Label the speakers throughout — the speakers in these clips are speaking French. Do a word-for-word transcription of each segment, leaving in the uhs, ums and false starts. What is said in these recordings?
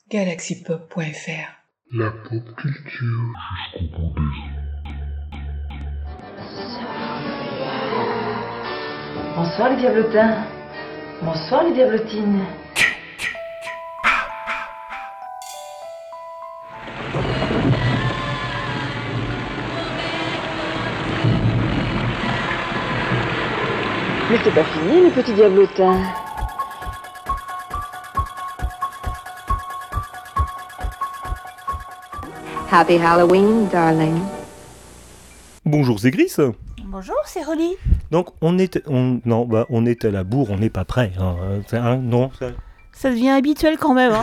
Speaker 1: galaxy pop point f r.
Speaker 2: La pop culture jusqu'au bout des ondes.
Speaker 3: Bonsoir les diablotins. Bonsoir les diablotines. Mais c'est pas fini les petits diablotins.
Speaker 4: Happy Halloween, darling.
Speaker 5: Bonjour, c'est Gris.
Speaker 6: Bonjour, c'est Rolly.
Speaker 5: Donc on est, on, non, bah on est à la bourre, on n'est pas prêt. Hein, hein, non. Ça...
Speaker 6: ça devient habituel quand même. Hein.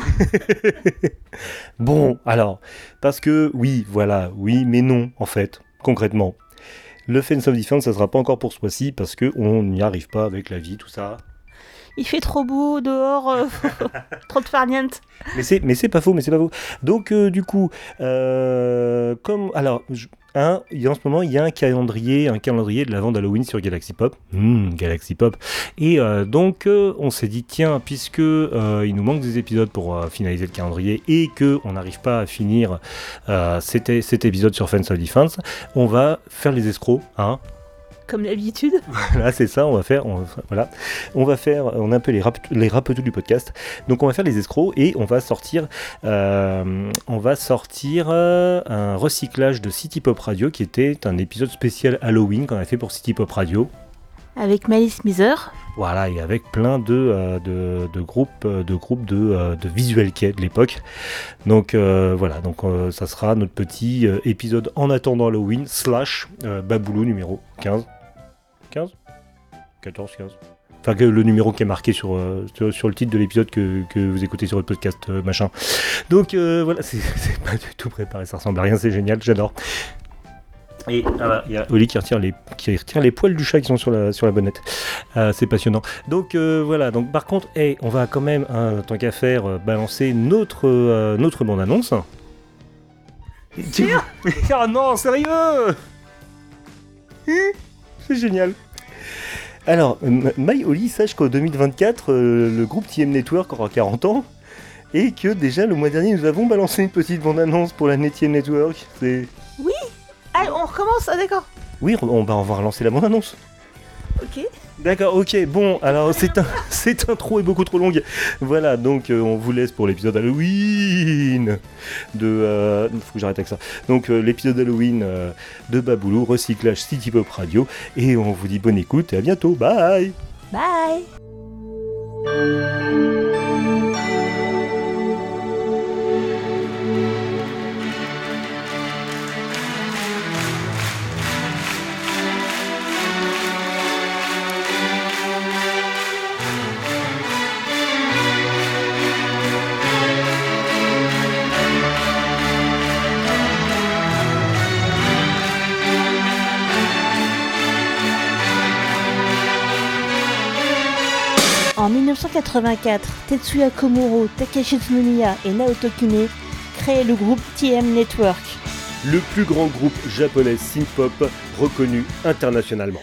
Speaker 5: Bon, alors, parce que oui, voilà, oui, mais non, en fait, concrètement. Le Fans of Defense, ça sera pas encore pour ce mois-ci parce que on n'y arrive pas avec la vie, tout ça.
Speaker 6: Il fait trop beau dehors, euh, trop de farniente.
Speaker 5: Mais c'est, mais c'est pas faux, mais c'est pas faux. Donc euh, du coup, euh, comme alors, je, hein, en ce moment, il y a un calendrier, un calendrier de la vente d'Halloween sur Galaxy Pop, mmh, Galaxy Pop. Et euh, donc, euh, on s'est dit tiens, puisque euh, il nous manque des épisodes pour euh, finaliser le calendrier et que on n'arrive pas à finir euh, cet, cet épisode sur Fans of Defense, on va faire les escrocs, hein.
Speaker 6: Comme d'habitude.
Speaker 5: Voilà, c'est ça, on va faire, on, voilà, on va faire, on a un peu les, rap, les rapetous du podcast. Donc on va faire les escrocs et on va sortir, euh, on va sortir euh, un recyclage de City Pop Radio qui était un épisode spécial Halloween qu'on a fait pour City Pop Radio.
Speaker 6: Avec Malice Mizer.
Speaker 5: Voilà, et avec plein de, euh, de, de groupes, de, groupes de, euh, de visual kei de l'époque. Donc euh, voilà, donc euh, ça sera notre petit euh, épisode en attendant Halloween slash euh, Baboulou numéro quinze. quinze quatorze, quinze. Enfin, que le numéro qui est marqué sur, euh, sur, sur le titre de l'épisode que, que vous écoutez sur votre podcast, euh, machin. Donc euh, voilà, c'est, c'est pas du tout préparé, ça ressemble à rien, c'est génial, j'adore. Et ah, il y a Oli qui retire les qui retire les poils du chat qui sont sur la sur la bonnette. Euh, c'est passionnant. Donc euh, voilà. Donc par contre, hey, on va quand même, hein, tant qu'à faire, euh, balancer notre euh, notre bande annonce. Ah non, sérieux. C'est génial. Alors, My Oli, sache qu'en deux mille vingt-quatre, euh, le groupe T M Network aura quarante ans et que déjà le mois dernier, nous avons balancé une petite bande annonce pour l'année T M Network. C'est
Speaker 6: oui. Ah, on recommence, ah, d'accord.
Speaker 5: Oui, on va, on va relancer la bande-annonce.
Speaker 6: Ok.
Speaker 5: D'accord, ok, bon, alors c'est un, cette intro est beaucoup trop longue. Voilà, donc euh, on vous laisse pour l'épisode Halloween de... Euh, faut que j'arrête avec ça. Donc euh, l'épisode Halloween euh, de Baboulou, recyclage City Pop Radio. Et on vous dit bonne écoute et à bientôt, bye.
Speaker 6: Bye. En dix-neuf cent quatre-vingt-quatre, Tetsuya Komuro, Takeshi Tsunomiya et Naoto Kine créent le groupe T M Network.
Speaker 5: Le plus grand groupe japonais synth-pop reconnu internationalement.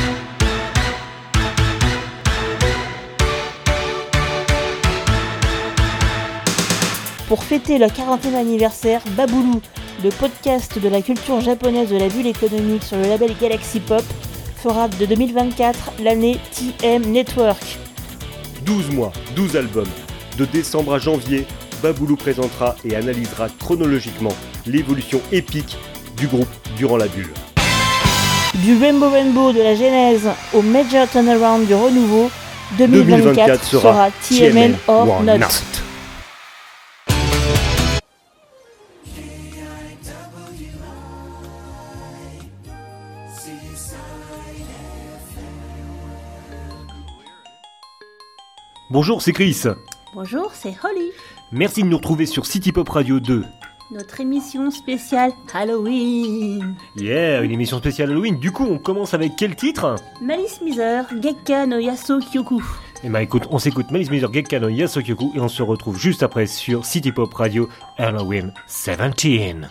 Speaker 6: Pour fêter leur quarantième anniversaire, Baboulou, le podcast de la culture japonaise de la bulle économique sur le label Galaxy Pop, fera de deux mille vingt-quatre l'année T M Network.
Speaker 5: douze mois, douze albums. De décembre à janvier, Baboulou présentera et analysera chronologiquement l'évolution épique du groupe durant la bulle.
Speaker 6: Du Rainbow Rainbow de la genèse au Major Turnaround du renouveau, deux mille vingt-quatre, deux mille vingt-quatre sera T M N or not. not.
Speaker 5: Bonjour, c'est Chris.
Speaker 6: Bonjour, c'est Holly.
Speaker 5: Merci de nous retrouver sur City Pop Radio deux.
Speaker 6: Notre émission spéciale Halloween.
Speaker 5: Yeah, une émission spéciale Halloween. Du coup, on commence avec quel titre ?
Speaker 6: Malice Mizer, Gekka no Yasokyoku.
Speaker 5: Eh ben écoute, on s'écoute Malice Mizer, Gekka no Yasokyoku et on se retrouve juste après sur City Pop Radio Halloween dix-sept.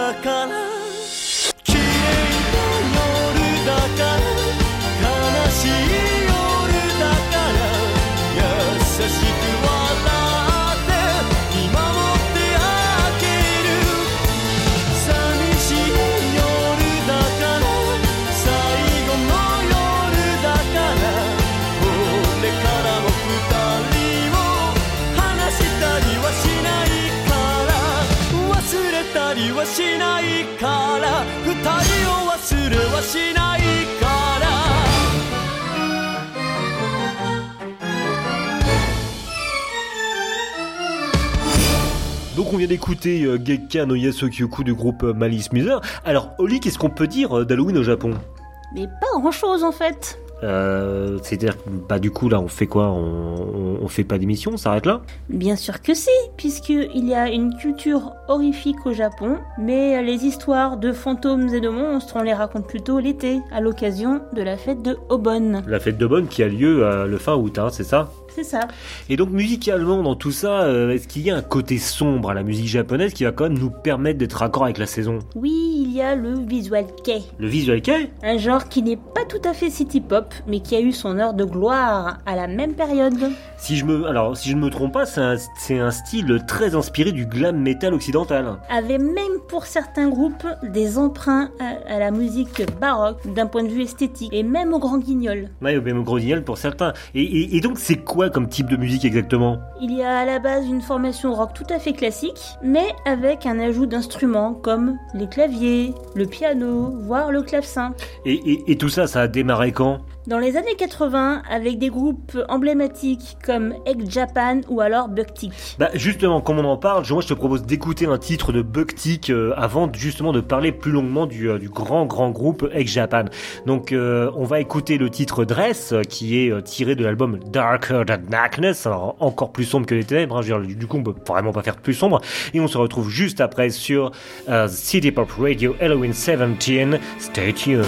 Speaker 7: だから綺麗な夜だから悲しい夜だから優しく笑って見守ってあげる寂しい夜だから最後の夜だからこれからも二人を離したりはしないから忘れたりはしないから二人を忘れはしないから。
Speaker 5: Donc on vient d'écouter euh, Gekka no Yasukyoku du groupe euh, Malice Miser. Alors Oli, qu'est-ce qu'on peut dire euh, d'Halloween au Japon ?
Speaker 6: Mais pas grand-chose en fait.
Speaker 5: Euh, c'est-à-dire que bah, du coup là on fait quoi, on, on, on fait pas d'émission, on s'arrête là ?
Speaker 6: Bien sûr que si, puisqu'il y a une culture horrifique au Japon, mais les histoires de fantômes et de monstres on les raconte plutôt l'été, à l'occasion de la fête de Obon.
Speaker 5: La fête d'Obon qui a lieu euh, le fin août, hein, c'est ça ?
Speaker 6: C'est ça.
Speaker 5: Et donc musicalement dans tout ça, euh, est-ce qu'il y a un côté sombre à la musique japonaise qui va quand même nous permettre d'être raccord avec la saison ?
Speaker 6: Oui, il y a le visual kei.
Speaker 5: Le visual kei ?
Speaker 6: Un genre qui n'est pas tout à fait city pop, mais qui a eu son heure de gloire à la même période.
Speaker 5: Si je me, alors si je ne me trompe pas, c'est un, c'est un style très inspiré du glam metal occidental.
Speaker 6: Avait même pour certains groupes des emprunts à, à la musique baroque d'un point de vue esthétique, et même au Grand Guignol.
Speaker 5: Ouais, même au Grand Guignol pour certains. Et, et, et donc c'est quoi comme type de musique exactement ?
Speaker 6: Il y a à la base une formation rock tout à fait classique, mais avec un ajout d'instruments comme les claviers, le piano, voire le clavecin.
Speaker 5: Et, et, et tout ça, ça a démarré quand ?
Speaker 6: Dans les années quatre-vingts, avec des groupes emblématiques comme Egg Japan ou alors Buck-Tick.
Speaker 5: Bah justement, comme on en parle, moi je te propose d'écouter un titre de Buck-Tick euh, avant justement de parler plus longuement du, euh, du grand grand groupe Egg Japan. Donc euh, on va écouter le titre Dress euh, qui est euh, tiré de l'album Darker Than Darkness, alors encore plus sombre que les ténèbres, hein, je veux dire, du coup on peut vraiment pas faire plus sombre, et on se retrouve juste après sur euh, City Pop Radio Halloween dix-sept. Stay tuned.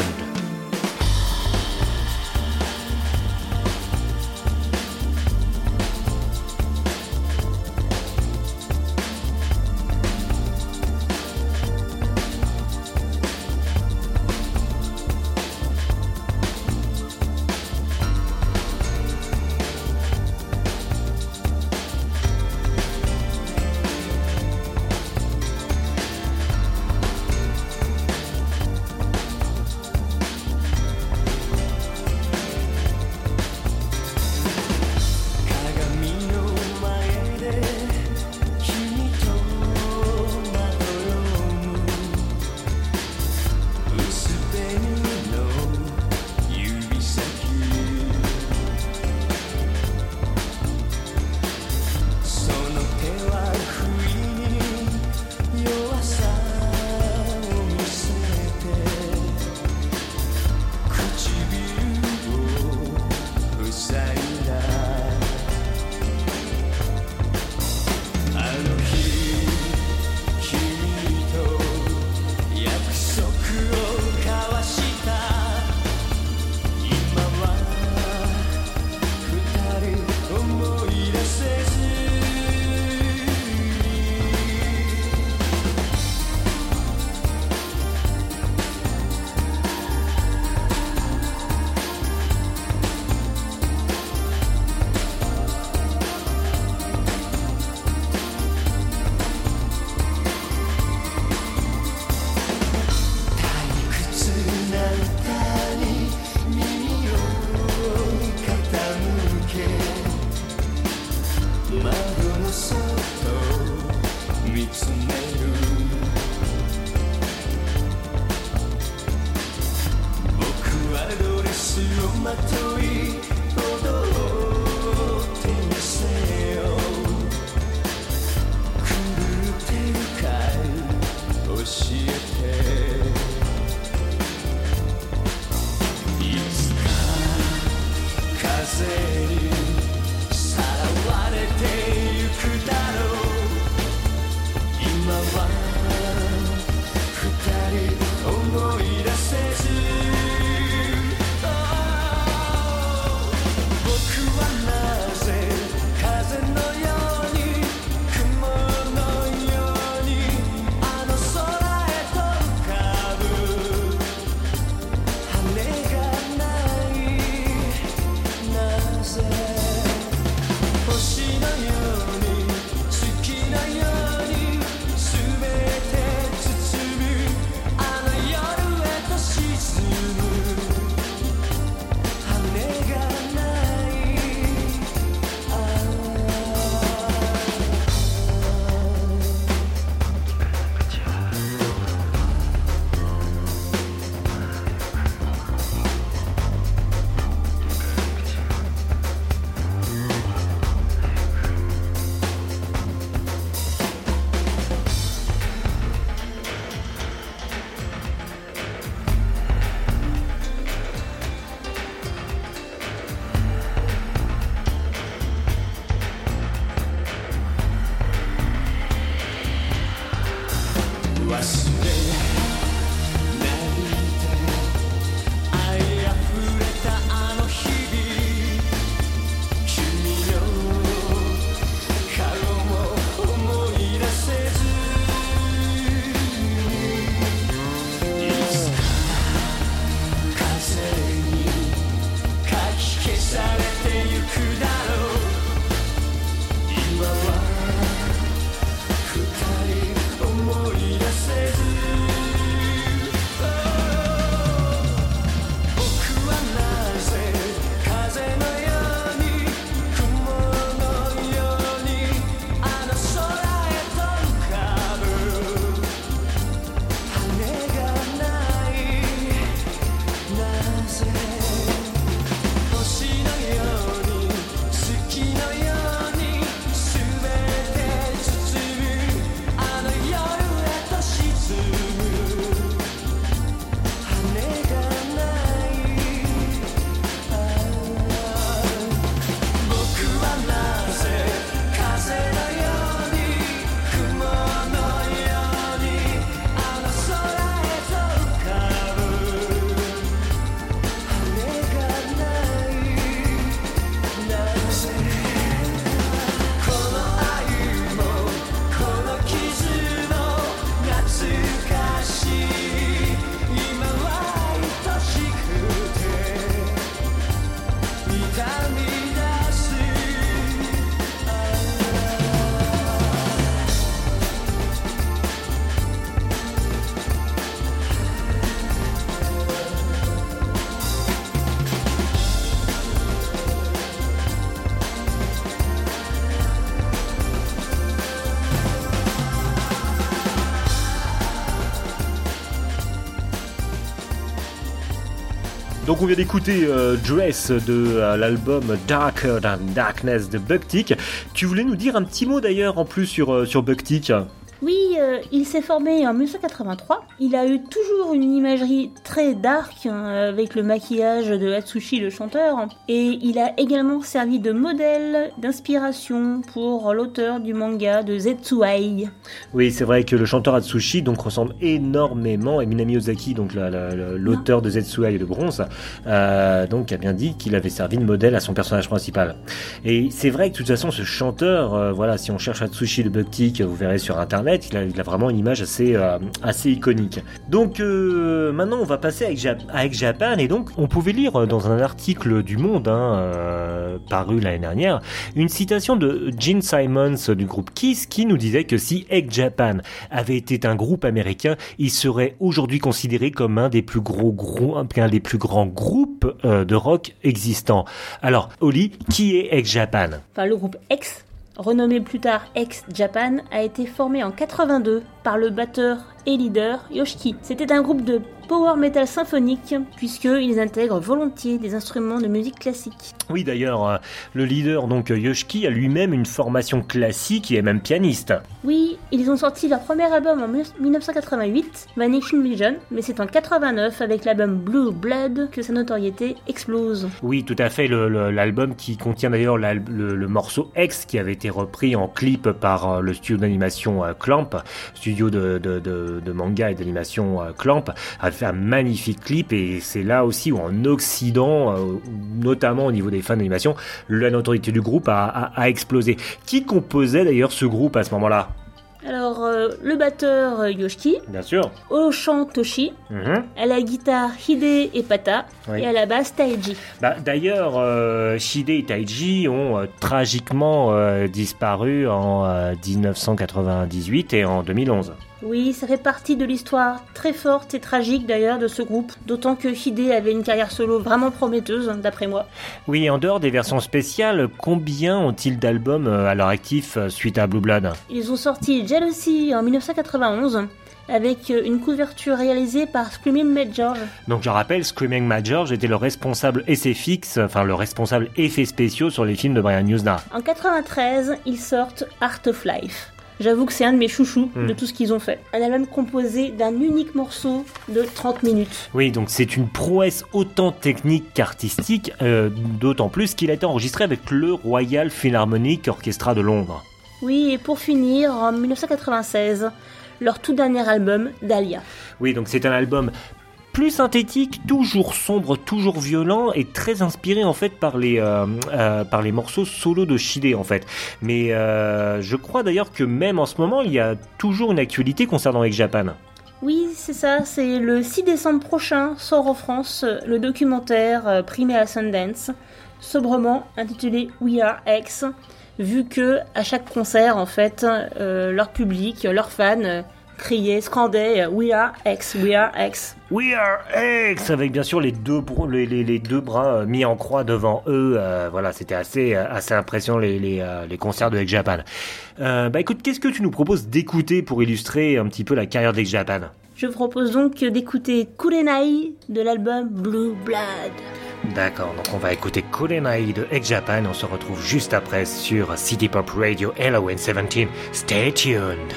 Speaker 5: Donc on vient d'écouter euh, Dress de euh, l'album Darker Than Darkness de Buck-Tick. Tu voulais nous dire un petit mot d'ailleurs en plus sur, euh, sur Buck-Tick ?
Speaker 6: Oui, euh, il s'est formé en dix-neuf cent quatre-vingt-trois. Il a eu toujours une imagerie très dark, hein, avec le maquillage de Atsushi le chanteur. Et il a également servi de modèle d'inspiration pour l'auteur du manga de Zetsuai.
Speaker 5: Oui, c'est vrai que le chanteur Atsushi donc, ressemble énormément à Minami Ozaki, donc la, la, la, l'auteur de Zetsuai et de Bronze, euh, donc a bien dit qu'il avait servi de modèle à son personnage principal. Et c'est vrai que de toute façon, ce chanteur, euh, voilà, si on cherche Atsushi de Buck-Tick, vous verrez sur internet, Il a, il a vraiment une image assez, euh, assez iconique. Donc euh, maintenant on va passer avec, Jap- avec Japan, et donc on pouvait lire dans un article du Monde hein, euh, paru l'année dernière une citation de Gene Simons du groupe Kiss qui nous disait que si Egg Japan avait été un groupe américain, il serait aujourd'hui considéré comme un des plus gros, gros un des plus grands groupes euh, de rock existants. Alors Oli, qui est Egg Japan ?
Speaker 6: Enfin le groupe X, renommé plus tard X Japan, a été formé en quatre-vingt-deux par le batteur et leader Yoshiki. C'était un groupe de power metal symphonique puisqu'ils intègrent volontiers des instruments de musique classique.
Speaker 5: Oui d'ailleurs, le leader donc Yoshiki a lui-même une formation classique et est même pianiste.
Speaker 6: Oui, ils ont sorti leur premier album en dix-neuf cent quatre-vingt-huit, Vanishing Vision, mais c'est en quatre-vingt-neuf avec l'album Blue Blood que sa notoriété explose.
Speaker 5: Oui, tout à fait, le, le, l'album qui contient d'ailleurs le, le morceau X qui avait été repris en clip par le studio d'animation Clamp, studio de, de, de, de manga et d'animation Clamp, a fait un magnifique clip, et c'est là aussi où en Occident, notamment au niveau des fans d'animation, la notoriété du groupe a, a, a explosé. Qui composait d'ailleurs ce groupe à ce moment-là ?
Speaker 6: Alors, euh, le batteur euh, Yoshiki,
Speaker 5: bien sûr,
Speaker 6: au chant Toshi, mm-hmm. à la guitare Hide et Pata, oui. et à la basse Taiji.
Speaker 5: Bah, d'ailleurs, euh, Hide et Taiji ont euh, tragiquement euh, disparu en euh, dix-neuf cent quatre-vingt-dix-huit et en deux mille onze.
Speaker 6: Oui, ça fait partie de l'histoire très forte et tragique d'ailleurs de ce groupe, d'autant que Hide avait une carrière solo vraiment prometteuse, d'après moi.
Speaker 5: Oui, en dehors des versions spéciales, combien ont-ils d'albums à leur actif suite à Blue Blood ?
Speaker 6: Ils ont sorti Jealousy en dix-neuf cent quatre-vingt-onze, avec une couverture réalisée par Screaming Mad George.
Speaker 5: Donc je rappelle, Screaming Mad George était le responsable S F X, enfin le responsable effets spéciaux sur les films de Brian Yuzna.
Speaker 6: En quatre-vingt-treize, ils sortent Art of Life. J'avoue que c'est un de mes chouchous mmh. de tout ce qu'ils ont fait. Un album composé d'un unique morceau de trente minutes.
Speaker 5: Oui, donc c'est une prouesse autant technique qu'artistique, euh, d'autant plus qu'il a été enregistré avec le Royal Philharmonic Orchestra de Londres.
Speaker 6: Oui, et pour finir, en dix-neuf cent quatre-vingt-seize, leur tout dernier album, Dahlia.
Speaker 5: Oui, donc c'est un album plus synthétique, toujours sombre, toujours violent, et très inspiré en fait par les euh, euh, par les morceaux solo de Hide en fait. Mais euh, je crois d'ailleurs que même en ce moment il y a toujours une actualité concernant Egg Japan.
Speaker 6: Oui, c'est ça, c'est le six décembre prochain sort en France le documentaire euh, primé à Sundance, sobrement intitulé We Are X, vu que à chaque concert en fait euh, leur public, leurs fans euh, criaient, scandaient We Are X, We Are X.
Speaker 5: We Are X, avec bien sûr les deux, les, les, les deux bras mis en croix devant eux. Euh, voilà, c'était assez, assez impressionnant les, les, les concerts de Egg Japan. Euh, bah écoute, qu'est-ce que tu nous proposes d'écouter pour illustrer un petit peu la carrière d'Egg Japan ?
Speaker 6: Je vous propose donc d'écouter Kurenai de l'album Blue Blood.
Speaker 5: D'accord, donc on va écouter Kurenai de Egg Japan. On se retrouve juste après sur City Pop Radio Halloween dix-sept. Stay tuned.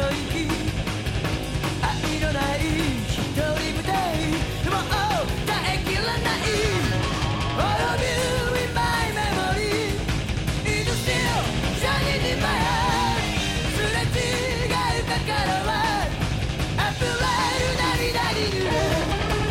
Speaker 7: い愛のない一人舞台もう耐えきれない All of you in my memory Is still shining in my heart すれ違う心は溢れる涙に濡れ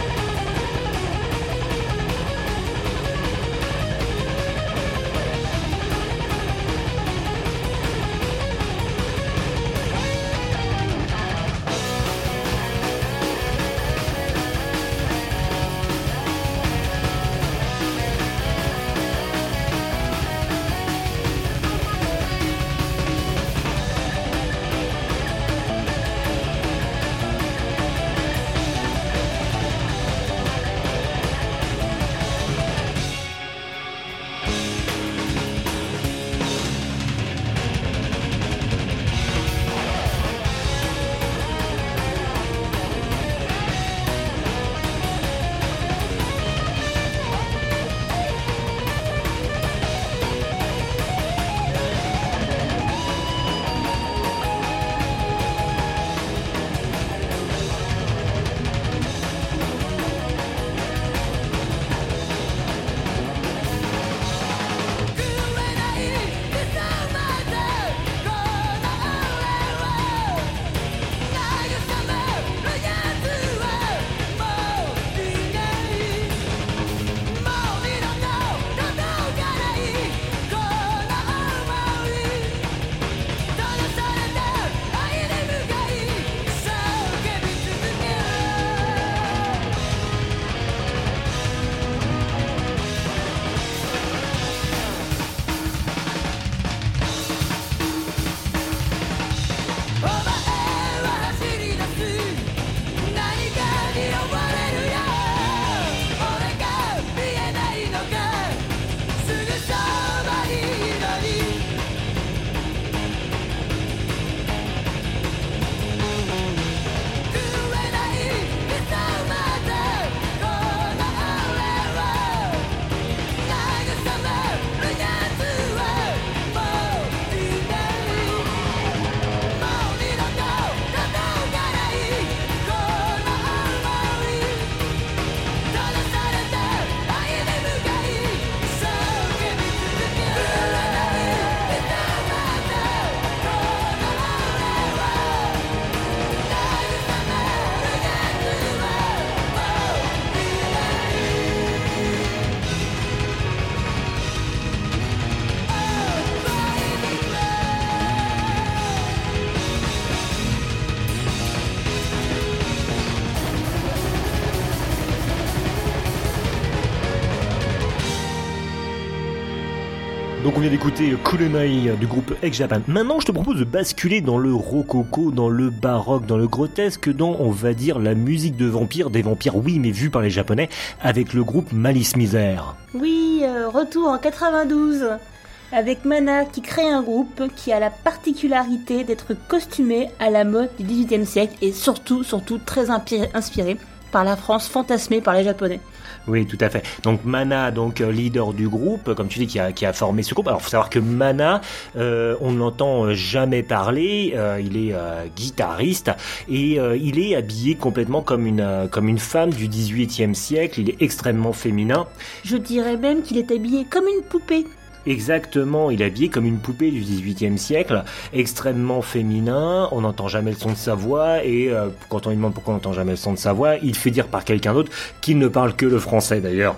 Speaker 5: Donc on vient d'écouter Kurenai du groupe X-Japan. Maintenant je te propose de basculer dans le rococo, dans le baroque, dans le grotesque, dans on va dire la musique de vampires, des vampires oui mais vus par les japonais, avec le groupe Malice Mizer.
Speaker 6: Oui, euh, retour en quatre-vingt-douze, avec Mana qui crée un groupe qui a la particularité d'être costumé à la mode du dix-huitième siècle et surtout, surtout très inspiré, inspiré par la France fantasmée par les Japonais.
Speaker 5: Oui, tout à fait. Donc Mana, donc leader du groupe, comme tu dis, qui a, qui a formé ce groupe. Alors, faut savoir que Mana, euh, on ne l'entend jamais parler. Euh, il est euh, guitariste et euh, il est habillé complètement comme une euh, comme une femme du dix-huitième siècle. Il est extrêmement féminin.
Speaker 6: Je dirais même qu'il est habillé comme une poupée.
Speaker 5: Exactement, il est habillé comme une poupée du dix-huitième siècle, extrêmement féminin, on n'entend jamais le son de sa voix, et euh, quand on lui demande pourquoi on n'entend jamais le son de sa voix, il fait dire par quelqu'un d'autre qu'il ne parle que le français d'ailleurs.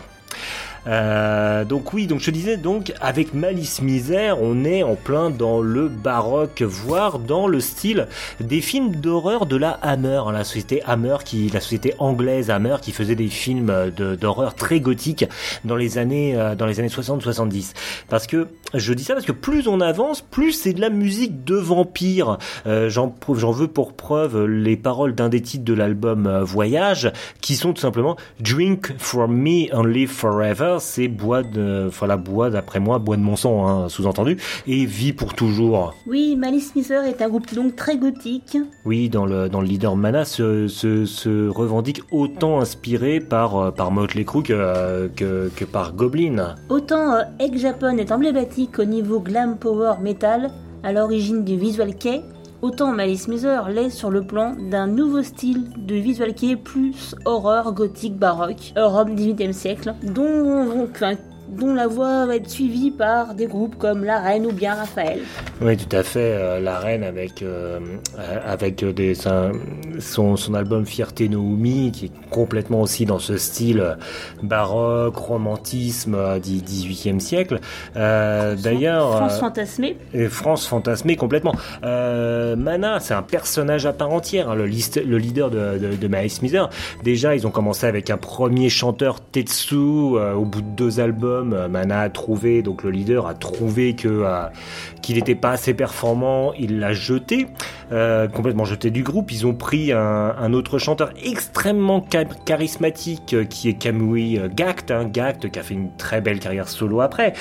Speaker 5: Euh, donc oui, donc je disais donc avec Malice Mizer, on est en plein dans le baroque, voire dans le style des films d'horreur de la Hammer, la société Hammer, qui la société anglaise Hammer, qui faisait des films de, d'horreur très gothiques dans les années euh, dans les années soixante soixante-dix. Parce que je dis ça parce que plus on avance, plus c'est de la musique de vampire. Euh, j'en, j'en veux pour preuve les paroles d'un des titres de l'album euh, Voyage, qui sont tout simplement Drink from me and live forever. C'est bois de, voilà, bois d'après moi, bois de mon sang, hein, sous-entendu, et vie pour toujours.
Speaker 6: Oui, Malice Mizer est un groupe donc très gothique.
Speaker 5: Oui, dans le, dans le leader Mana se, se, se revendique autant inspiré par, par Motley Crue que, que, que par Goblin.
Speaker 6: Autant euh, X-Japan est emblématique au niveau glam power metal, à l'origine du visual kei, autant Malice Mizer l'est sur le plan d'un nouveau style de visual kei plus horreur gothique baroque, Europe dix-huitième siècle, dont, enfin, dont la voix va être suivie par des groupes comme La Reine ou bien Raphaël.
Speaker 5: Oui, tout à fait. Euh, La Reine avec euh, avec des, sa, son, son album Fierté no Umi, qui est complètement aussi dans ce style baroque, romantisme euh, du dix-huitième siècle. Euh,
Speaker 6: France,
Speaker 5: d'ailleurs,
Speaker 6: France
Speaker 5: euh,
Speaker 6: fantasmée.
Speaker 5: Et France fantasmée complètement. Euh, Mana, c'est un personnage à part entière, hein, le, liste, le leader de, de, de Malice Mizer. Déjà, ils ont commencé avec un premier chanteur, Tetsu. Euh, au bout de deux albums, Mana a trouvé, donc le leader a trouvé que euh, qu'il n'était pas assez performant, il l'a jeté, euh, complètement jeté du groupe. Ils ont pris un, un autre chanteur extrêmement ca- charismatique euh, qui est Kamui euh, Gact, hein, Gact qui a fait une très belle carrière solo après.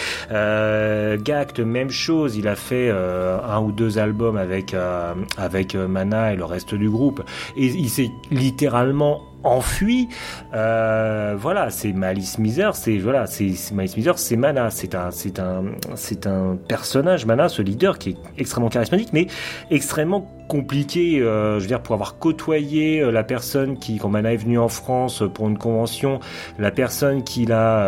Speaker 5: Euh, Gact, même chose, il a fait euh, un ou deux albums avec euh, avec euh, Mana et le reste du groupe, et il s'est littéralement enfui. Euh, voilà, c'est Malice Mizer, c'est voilà, c'est, c'est Malice Mizer, c'est Mana, c'est un, c'est un, c'est un personnage, Mana, ce leader qui est extrêmement charismatique, mais extrêmement compliqué, euh, je veux dire, pour avoir côtoyé euh, la personne qui, quand Mana est venu en France pour une convention, la personne qui l'a,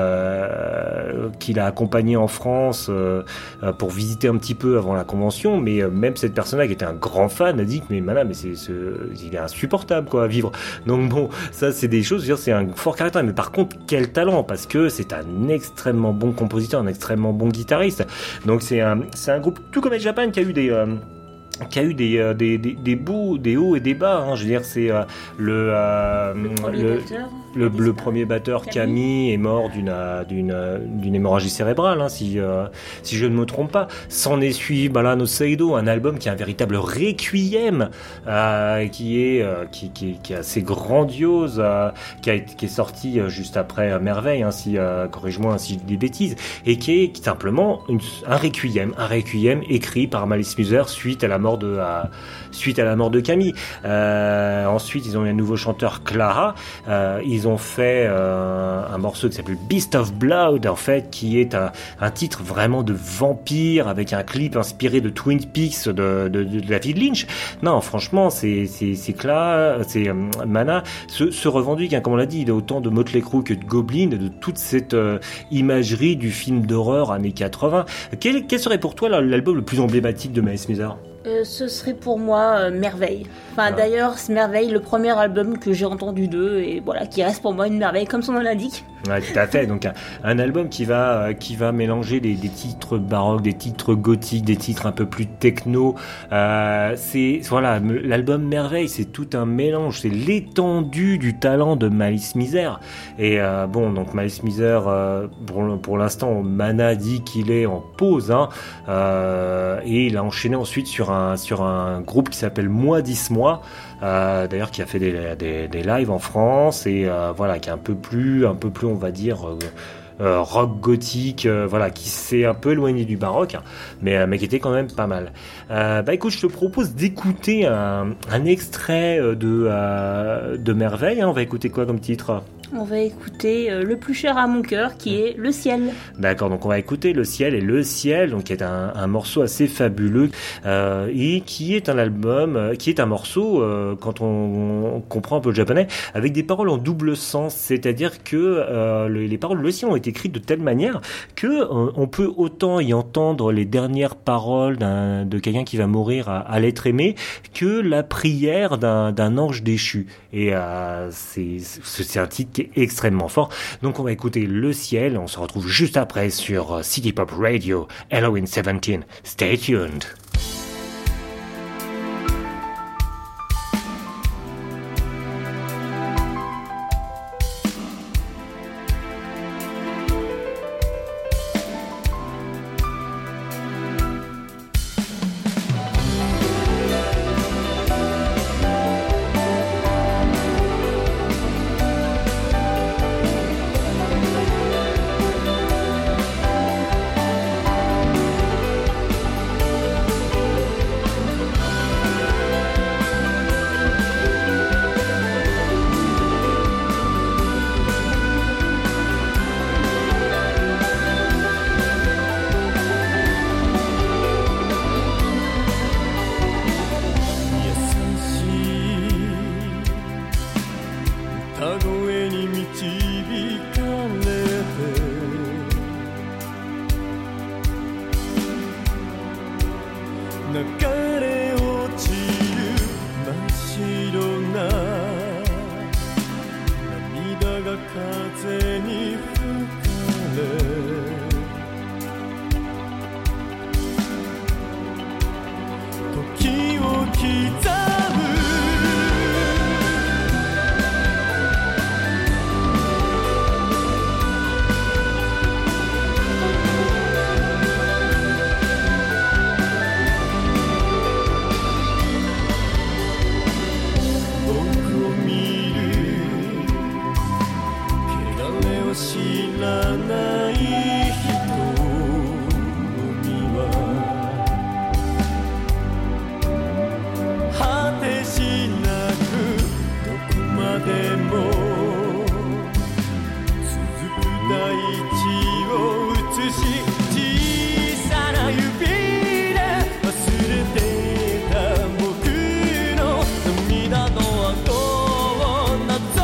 Speaker 5: euh, qui l'a accompagné en France euh, euh, pour visiter un petit peu avant la convention, mais euh, même cette personne-là qui était un grand fan a dit que mais Mana, mais c'est, c'est, il est insupportable quoi à vivre. Donc bon, ça c'est des choses, je veux dire, c'est un fort caractère, mais par contre quel talent, parce que c'est un extrêmement bon compositeur, un extrêmement bon guitariste. Donc c'est un, c'est un groupe tout comme Edge Japan qui a eu des euh, qui a eu des, euh, des, des, des beaux, des hauts et des bas, hein. Je veux dire, c'est euh, le, euh,
Speaker 6: Le premier
Speaker 5: le,
Speaker 6: batteur,
Speaker 5: le, le premier batteur
Speaker 6: Camille.
Speaker 5: Camille est mort d'une, euh, d'une, euh, d'une hémorragie cérébrale, hein, si, euh, si je ne me trompe pas. S'en est suivi Balano Seido, un album qui est un véritable requiem, euh, qui, est, euh, qui, qui, qui est assez grandiose, euh, qui, a, qui est sorti euh, juste après euh, Merveille, hein, si, euh, corrige-moi si je dis des bêtises, et qui est, qui est simplement une, un requiem, un requiem écrit par Malice Mizer suite à la mort de à, suite à la mort de Camille. Euh, ensuite, ils ont eu un nouveau chanteur, Clara. Euh, ils ont fait euh, un morceau qui s'appelle Beast of Blood, en fait, qui est un, un titre vraiment de vampire avec un clip inspiré de Twin Peaks de, de, de David Lynch. Non, franchement, c'est c'est c'est Clara, c'est euh, Mana se, se revendique, hein, comme on l'a dit, il a autant de Motley Crue que de Goblin, de toute cette euh, imagerie du film d'horreur années quatre-vingts. Quel, quel serait pour toi l'album le plus emblématique de Malice Mizer?
Speaker 6: Euh, ce serait pour moi euh, Merveille. Enfin,
Speaker 5: Ah.
Speaker 6: d'ailleurs, c'est Merveille, le premier album que j'ai entendu d'eux, et voilà, qui reste pour moi une merveille, comme son nom l'indique.
Speaker 5: Ouais, tout à fait. Donc un, un album qui va euh, qui va mélanger des, des titres baroques, des titres gothiques, des titres un peu plus techno. Euh, c'est voilà, l'album Merveille, c'est tout un mélange. C'est l'étendue du talent de Malice Mizer. Et euh, bon, donc Malice Mizer, euh, pour, pour l'instant, Mana dit qu'il est en pause, hein, euh, et il a enchaîné ensuite sur un sur un groupe qui s'appelle Moi dix mois. Euh, d'ailleurs qui a fait des, des, des lives en France et euh, voilà, qui est un peu plus un peu plus on va dire euh, euh, rock gothique, euh, voilà, qui s'est un peu éloigné du baroque, hein, mais, euh, mais qui était quand même pas mal. Euh, bah écoute, je te propose d'écouter un, un extrait de, euh, de Merveille, hein. On va écouter quoi comme titre ?
Speaker 6: On va écouter euh, Le plus cher à mon cœur, qui est Le ciel.
Speaker 5: D'accord, donc on va écouter Le ciel, et Le ciel, donc qui est un, un morceau assez fabuleux, euh, et qui est un album, euh, qui est un morceau, euh, quand on, on comprend un peu le japonais, avec des paroles en double sens, c'est-à-dire que euh, le, les paroles de Le ciel ont été écrites de telle manière que euh, on peut autant y entendre les dernières paroles d'un, de quelqu'un qui va mourir à, à l'être aimé, que la prière d'un, d'un ange déchu. Et euh, c'est, c'est un titre qui est extrêmement fort. Donc on va écouter Le ciel, on se retrouve juste après sur City Pop Radio, Halloween dix-sept. Stay tuned.
Speaker 7: 「 流れ落ちる真っ白な涙が風に吹かれ時を刻む知らない人には果てしなくどこまでも続く大地を映し小さな指で忘れてた僕の涙の跡をなぞ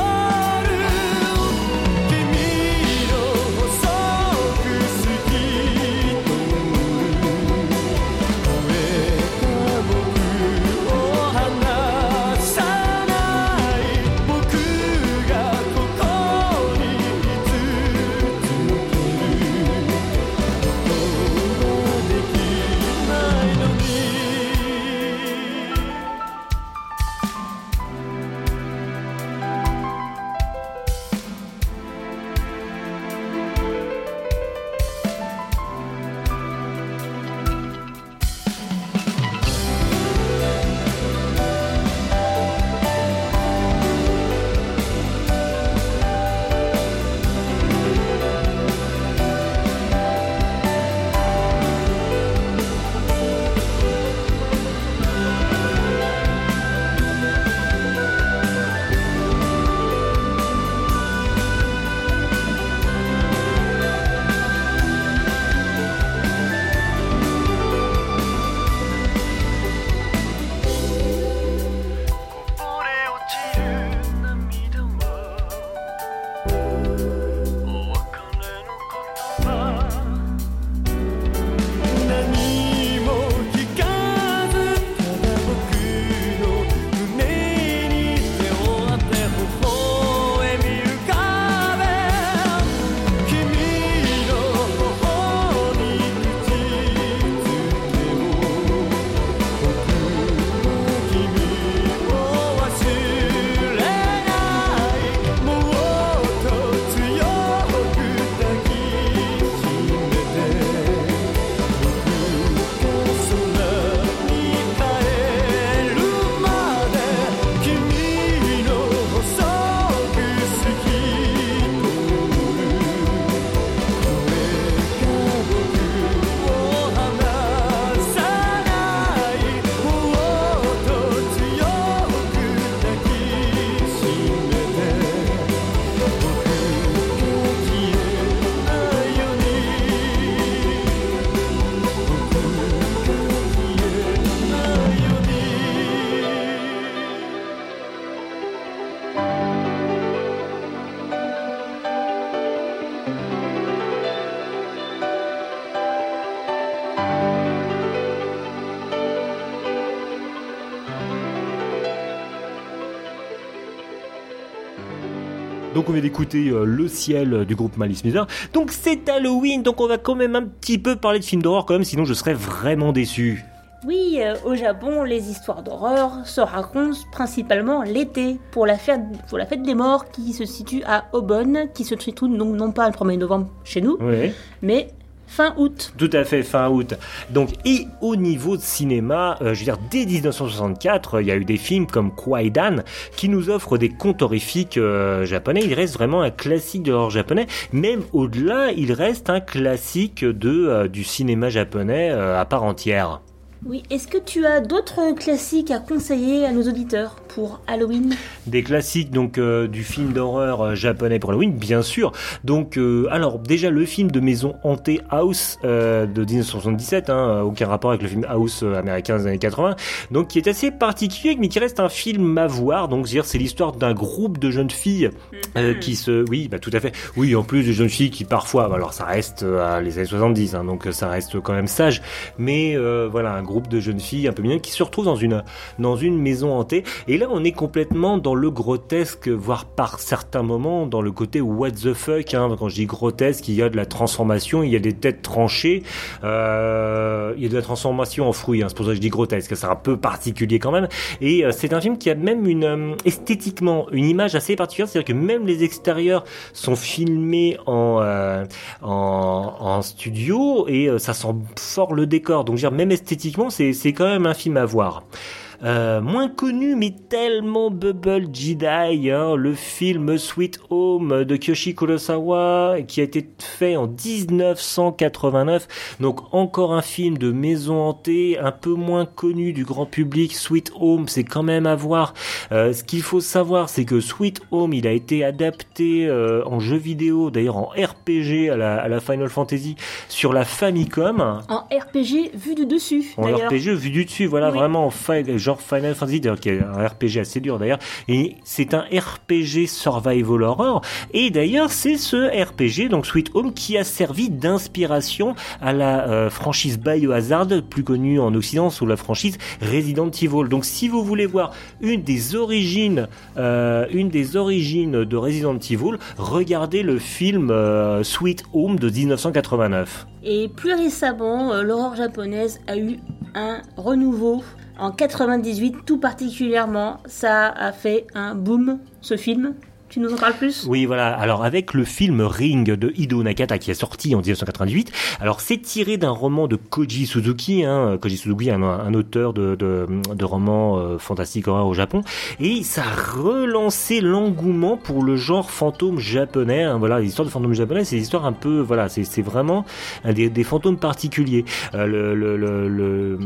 Speaker 5: Donc on vient d'écouter euh, Le Ciel du groupe Malice Miser. Donc c'est Halloween, donc on va quand même un petit peu parler de films d'horreur quand même, sinon je serais vraiment déçu.
Speaker 6: Oui, euh, au Japon, les histoires d'horreur se racontent principalement l'été, pour la fête, pour la fête des morts qui se situe à Obon, qui se situe donc non pas le premier novembre chez nous,
Speaker 5: Oui.
Speaker 6: mais fin août.
Speaker 5: Tout à fait, fin août. Donc, et au niveau de cinéma, euh, je veux dire, dès dix-neuf cent soixante-quatre, il y a eu des films comme Kwaidan qui nous offrent des contes horrifiques euh, japonais. Il reste vraiment un classique de l'horreur japonais. Même au-delà, il reste un classique de, euh, du cinéma japonais euh, à part entière.
Speaker 6: Oui, est-ce que tu as d'autres classiques à conseiller à nos auditeurs pour Halloween ?
Speaker 5: Des classiques donc euh, du film d'horreur euh, japonais pour Halloween, bien sûr. Donc, euh, alors déjà le film de maison hantée House euh, de dix-neuf cent soixante-dix-sept, hein, aucun rapport avec le film House euh, américain des années quatre-vingts, donc qui est assez particulier, mais qui reste un film à voir. Donc, c'est-à-dire c'est l'histoire d'un groupe de jeunes filles euh, qui se, oui, bah tout à fait, oui, en plus de jeunes filles qui parfois, alors ça reste euh, les années soixante-dix, hein, donc ça reste quand même sage, mais euh, voilà, un groupe de jeunes filles un peu mignonnes qui se retrouvent dans une, dans une maison hantée. Et là, on est complètement dans le grotesque, voire par certains moments dans le côté what the fuck. Hein. Quand je dis grotesque, il y a de la transformation, il y a des têtes tranchées, euh, il y a de la transformation en fruits. Hein. C'est pour ça que je dis grotesque, c'est un peu particulier quand même. Et euh, c'est un film qui a même une euh, esthétiquement une image assez particulière, c'est-à-dire que même les extérieurs sont filmés en euh, en, en studio et euh, ça sent fort le décor. Donc, je veux dire, même esthétiquement, c'est c'est quand même un film à voir. Euh, moins connu mais tellement Bubble Jedi, hein, le film Sweet Home de Kiyoshi Kurosawa qui a été fait en dix-neuf cent quatre-vingt-neuf, donc encore un film de maison hantée un peu moins connu du grand public. Sweet Home, c'est quand même à voir. Euh, ce qu'il faut savoir, c'est que Sweet Home, il a été adapté euh, en jeu vidéo, d'ailleurs en R P G à la, à la Final Fantasy sur la Famicom.
Speaker 6: En R P G vu du dessus,
Speaker 5: en
Speaker 6: d'ailleurs.
Speaker 5: R P G vu du dessus, voilà,
Speaker 6: oui.
Speaker 5: Vraiment en fa- genre Final Fantasy, d'ailleurs, qui est un R P G assez dur d'ailleurs, et c'est un R P G survival horror, et d'ailleurs c'est ce R P G, donc Sweet Home, qui a servi d'inspiration à la euh, franchise Biohazard, plus connue en Occident sous la franchise Resident Evil. Donc si vous voulez voir une des origines, euh, une des origines de Resident Evil, regardez le film euh, Sweet Home de dix-neuf cent quatre-vingt-neuf.
Speaker 6: Et plus récemment, euh, l'horreur japonaise a eu un renouveau. En quatre-vingt-dix-huit, tout particulièrement, ça a fait un boom, ce film. Tu nous en parles plus ?
Speaker 5: Oui, voilà. Alors, avec le film Ring de Hideo Nakata qui est sorti en dix-neuf cent quatre-vingt-dix-huit, alors c'est tiré d'un roman de Koji Suzuki, hein. Koji Suzuki, un, un auteur de, de, de romans euh, fantastiques horreur au Japon, et ça a relancé l'engouement pour le genre fantôme japonais. Hein. Voilà, l'histoire de fantômes japonais, c'est l'histoire un peu, voilà, c'est, c'est vraiment des, des fantômes particuliers. Euh, le, le, le, le,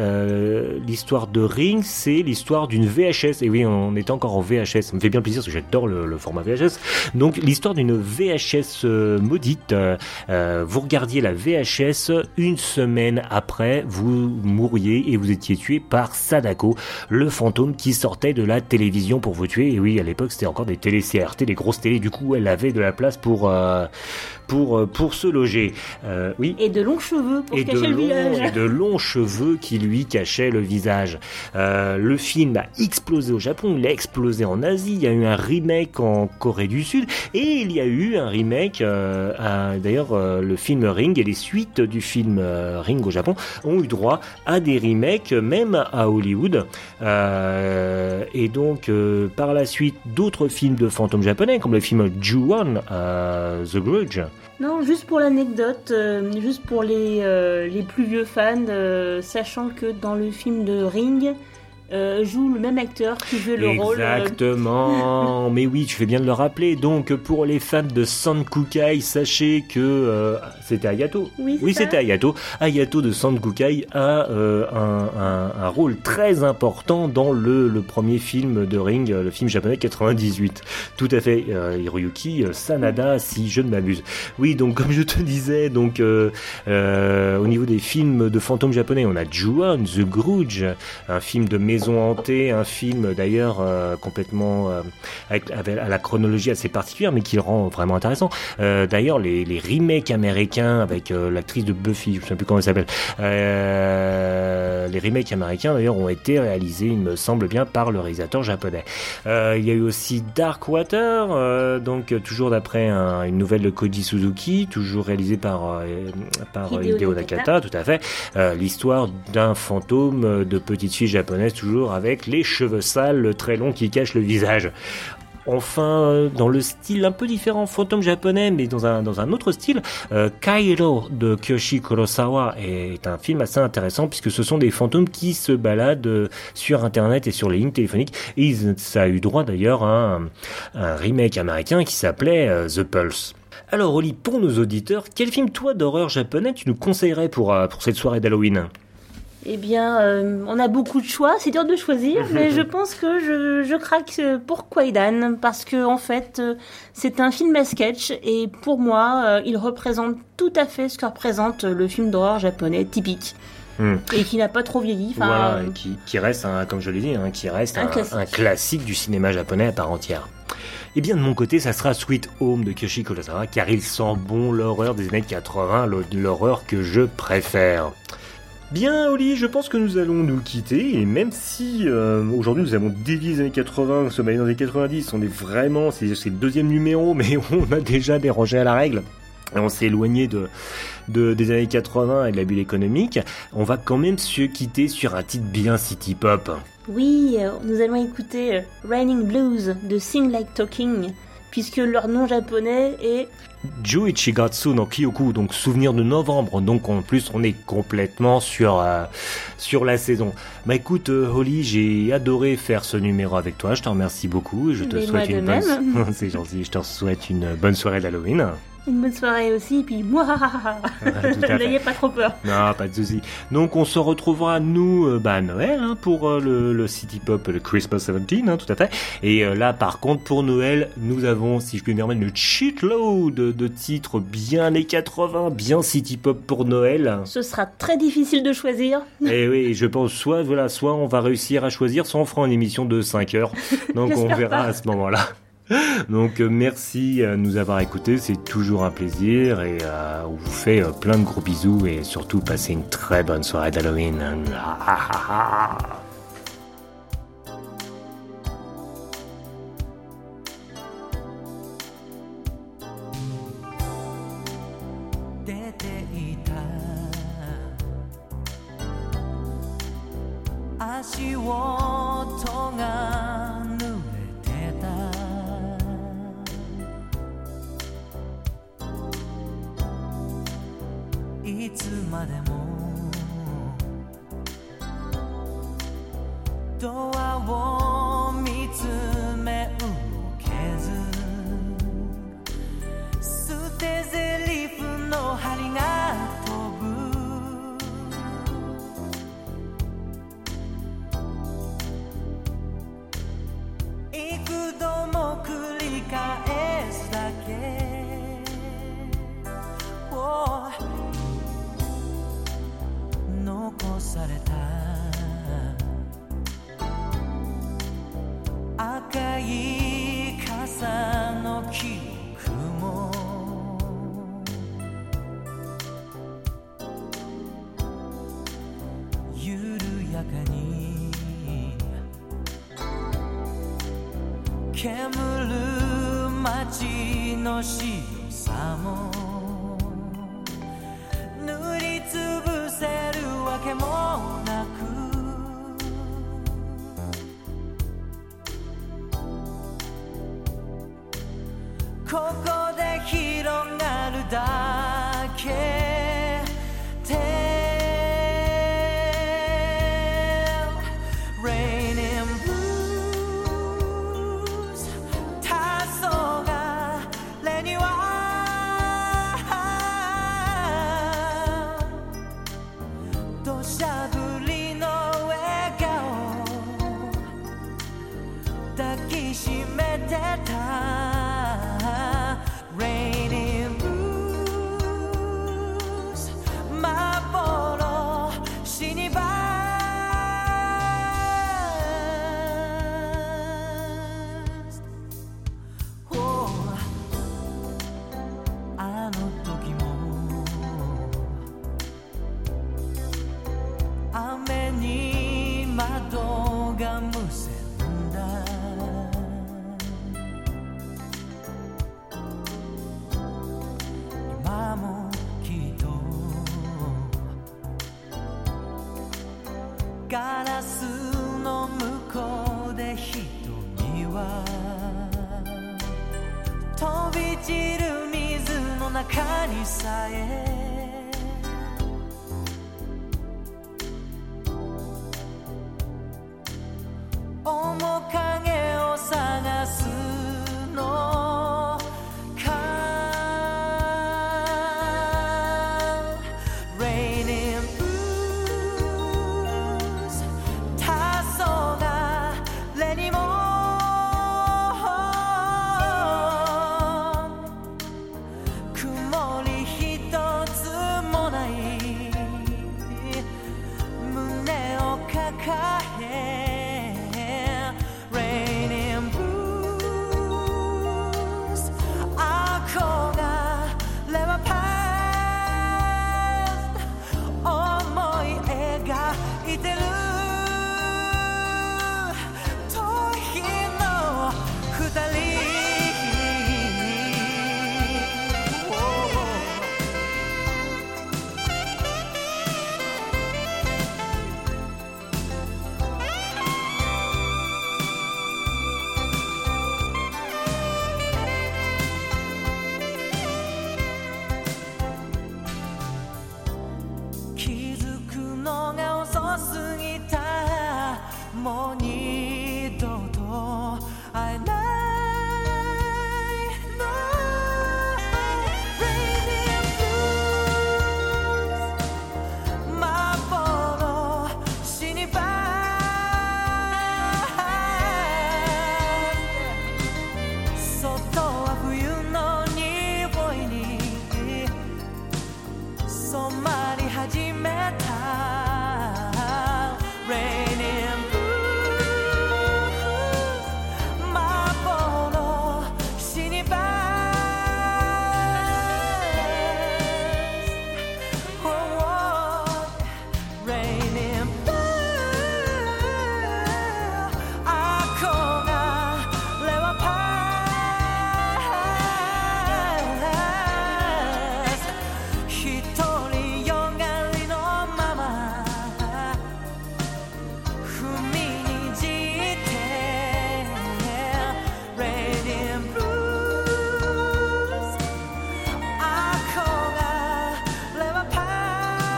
Speaker 5: euh, l'histoire de Ring, c'est l'histoire d'une V H S. Et oui, on est encore en V H S. Ça me fait bien plaisir parce que j'adore le le format V H S. Donc l'histoire d'une V H S euh, maudite. Euh, vous regardiez la V H S, une semaine après, vous mourriez et vous étiez tué par Sadako, le fantôme qui sortait de la télévision pour vous tuer. Et oui, à l'époque, c'était encore des télé C R T, des grosses télés. Du coup, elle avait de la place pour euh, pour pour se loger. Euh, oui.
Speaker 6: Et de longs cheveux pour
Speaker 5: et
Speaker 6: cacher
Speaker 5: de
Speaker 6: le
Speaker 5: longs,
Speaker 6: visage.
Speaker 5: Et de longs cheveux qui lui cachaient le visage. Euh, le film a explosé au Japon, il a explosé en Asie. Il y a eu un remake en Corée du Sud et il y a eu un remake euh, à, d'ailleurs euh, le film Ring et les suites du film euh, Ring au Japon ont eu droit à des remakes même à Hollywood euh, et donc euh, par la suite d'autres films de fantômes japonais comme le film Ju-on, euh, The Grudge.
Speaker 6: Non, juste pour l'anecdote, euh, juste pour les, euh, les plus vieux fans, euh, sachant que dans le film de Ring, Euh, joue le même acteur qui jouait le
Speaker 5: Exactement.
Speaker 6: rôle.
Speaker 5: Exactement. Mais oui, tu fais bien de le rappeler. Donc, pour les fans de Sankukai, sachez que euh, c'était Ayato.
Speaker 6: Oui, c'est
Speaker 5: oui
Speaker 6: ça.
Speaker 5: c'était Ayato. Ayato de Sankukai a euh, un, un, un rôle très important dans le, le premier film de Ring, le film japonais quatre-vingt-dix-huit. Tout à fait. Euh, Hiroyuki Sanada, si je ne m'abuse. Oui, donc comme je te disais, donc euh, euh, au niveau des films de fantômes japonais, on a Ju-on, The Grudge, un film de maison hantée, un film d'ailleurs euh, complètement euh, avec, avec à la chronologie assez particulière mais qui le rend vraiment intéressant. Euh, d'ailleurs les, les remakes américains avec euh, l'actrice de Buffy, je ne sais plus comment elle s'appelle, euh, les remakes américains d'ailleurs ont été réalisés, il me semble bien, par le réalisateur japonais. Euh, il y a eu aussi Darkwater, euh, donc toujours d'après un, une nouvelle de Koji Suzuki, toujours réalisée par, euh, par
Speaker 6: Hideo
Speaker 5: Hideo
Speaker 6: Nakata.
Speaker 5: Nakata, tout à fait. Euh, l'histoire d'un fantôme de petite fille japonaise, toujours avec les cheveux sales très longs qui cachent le visage. Enfin, dans le style un peu différent, fantôme japonais, mais dans un, dans un autre style, euh, Kairo de Kiyoshi Kurosawa est un film assez intéressant puisque ce sont des fantômes qui se baladent sur Internet et sur les lignes téléphoniques. Et ça a eu droit d'ailleurs à un, un remake américain qui s'appelait euh, The Pulse. Alors Oli, pour nos auditeurs, quel film toi d'horreur japonais tu nous conseillerais pour, euh, pour cette soirée d'Halloween ?
Speaker 6: Eh bien, euh, on a beaucoup de choix, c'est dur de choisir, mais je pense que je, je craque pour Kwaidan, parce que en fait, euh, c'est un film à sketch, et pour moi, euh, il représente tout à fait ce que représente le film d'horreur japonais typique. Mmh. Et qui n'a pas trop vieilli.
Speaker 5: Voilà,
Speaker 6: euh,
Speaker 5: et qui, qui reste, un, comme je l'ai dit, hein, qui reste
Speaker 6: un,
Speaker 5: un,
Speaker 6: classique.
Speaker 5: un classique du cinéma japonais à part entière. Et bien de mon côté, ça sera Sweet Home de Kiyoshi Kurosawa, car il sent bon l'horreur des années quatre-vingts, l'horreur que je préfère. Bien, Oli, je pense que nous allons nous quitter, et même si euh, aujourd'hui nous avons dévié les années quatre-vingts, nous sommes allés dans les années quatre-vingt-dix, on est vraiment, c'est, c'est le deuxième numéro, mais on a déjà dérogé à la règle. Et on s'est éloigné de, de, des années quatre-vingts et de la bulle économique. On va quand même se quitter sur un titre bien city pop.
Speaker 6: Oui, euh, nous allons écouter euh, Raining Blues de Sing Like Talking, puisque leur nom japonais est
Speaker 5: Juichigatsu no Kyoku, donc souvenir de novembre. Donc en plus on est complètement sur euh, sur la saison. Bah écoute, euh, Holly, j'ai adoré faire ce numéro avec toi. Je te remercie beaucoup. Je te
Speaker 6: Mais
Speaker 5: souhaite
Speaker 6: moi
Speaker 5: une
Speaker 6: de
Speaker 5: bonne.
Speaker 6: même.
Speaker 5: C'est gentil. Je te souhaite une bonne soirée d'Halloween.
Speaker 6: une bonne soirée aussi, puis moi,
Speaker 5: tout à fait.
Speaker 6: n'ayez pas trop peur.
Speaker 5: Non, pas de souci. Donc on se retrouvera nous euh, bah, à Noël hein, pour euh, le, le City Pop, le Christmas dix-sept, hein, tout à fait. Et euh, là par contre pour Noël, nous avons, si je puis me permettre, une shitload de, de titres bien années quatre-vingts, bien City Pop pour Noël.
Speaker 6: Ce sera très difficile de choisir.
Speaker 5: Et oui, je pense soit voilà, soit on va réussir à choisir, soit on fera une émission de cinq heures. Donc on verra
Speaker 6: pas.
Speaker 5: à ce moment-là. Donc euh, merci de nous avoir écoutés, c'est toujours un plaisir et euh, on vous fait euh, plein de gros bisous et surtout passez une très bonne soirée d'Halloween. Ah,
Speaker 7: 出ていた足音が濡れてたいつまでもドアを見つめ動けず捨て台詞の針が飛ぶ幾度も繰り返すだけ、oh、残された赤い傘の記憶も緩やかに煙る街の白さも塗りつぶせるわけもなくここで広がるだけで Raining blues 黄昏には土砂降りの笑顔抱きしめてたRaining blues 幻にばあの時も雨に窓がむせんだ今もきっとガラスの向こうで瞳は飛び散る水の中にさえ面影を探すのか Raining blues 黄昏にも曇りひとつ過ぎたもう二度と会えないの Raining Blues 幻にば外は冬の匂いに染まり始めた Raining Blues 幻にばRaining Blues 憧れはパース一人よがりのまま踏みにじって Raining Blues 憧れはパース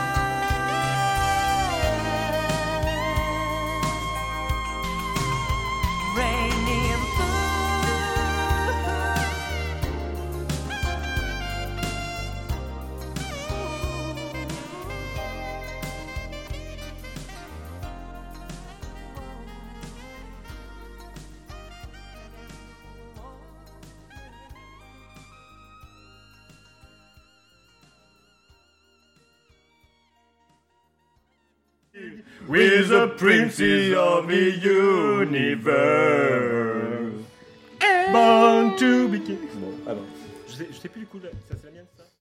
Speaker 7: Raining Blues
Speaker 8: With the princes of the universe, born to be king. Bon, alors, je sais, je sais plus du coup, là, ça c'est la mienne ça.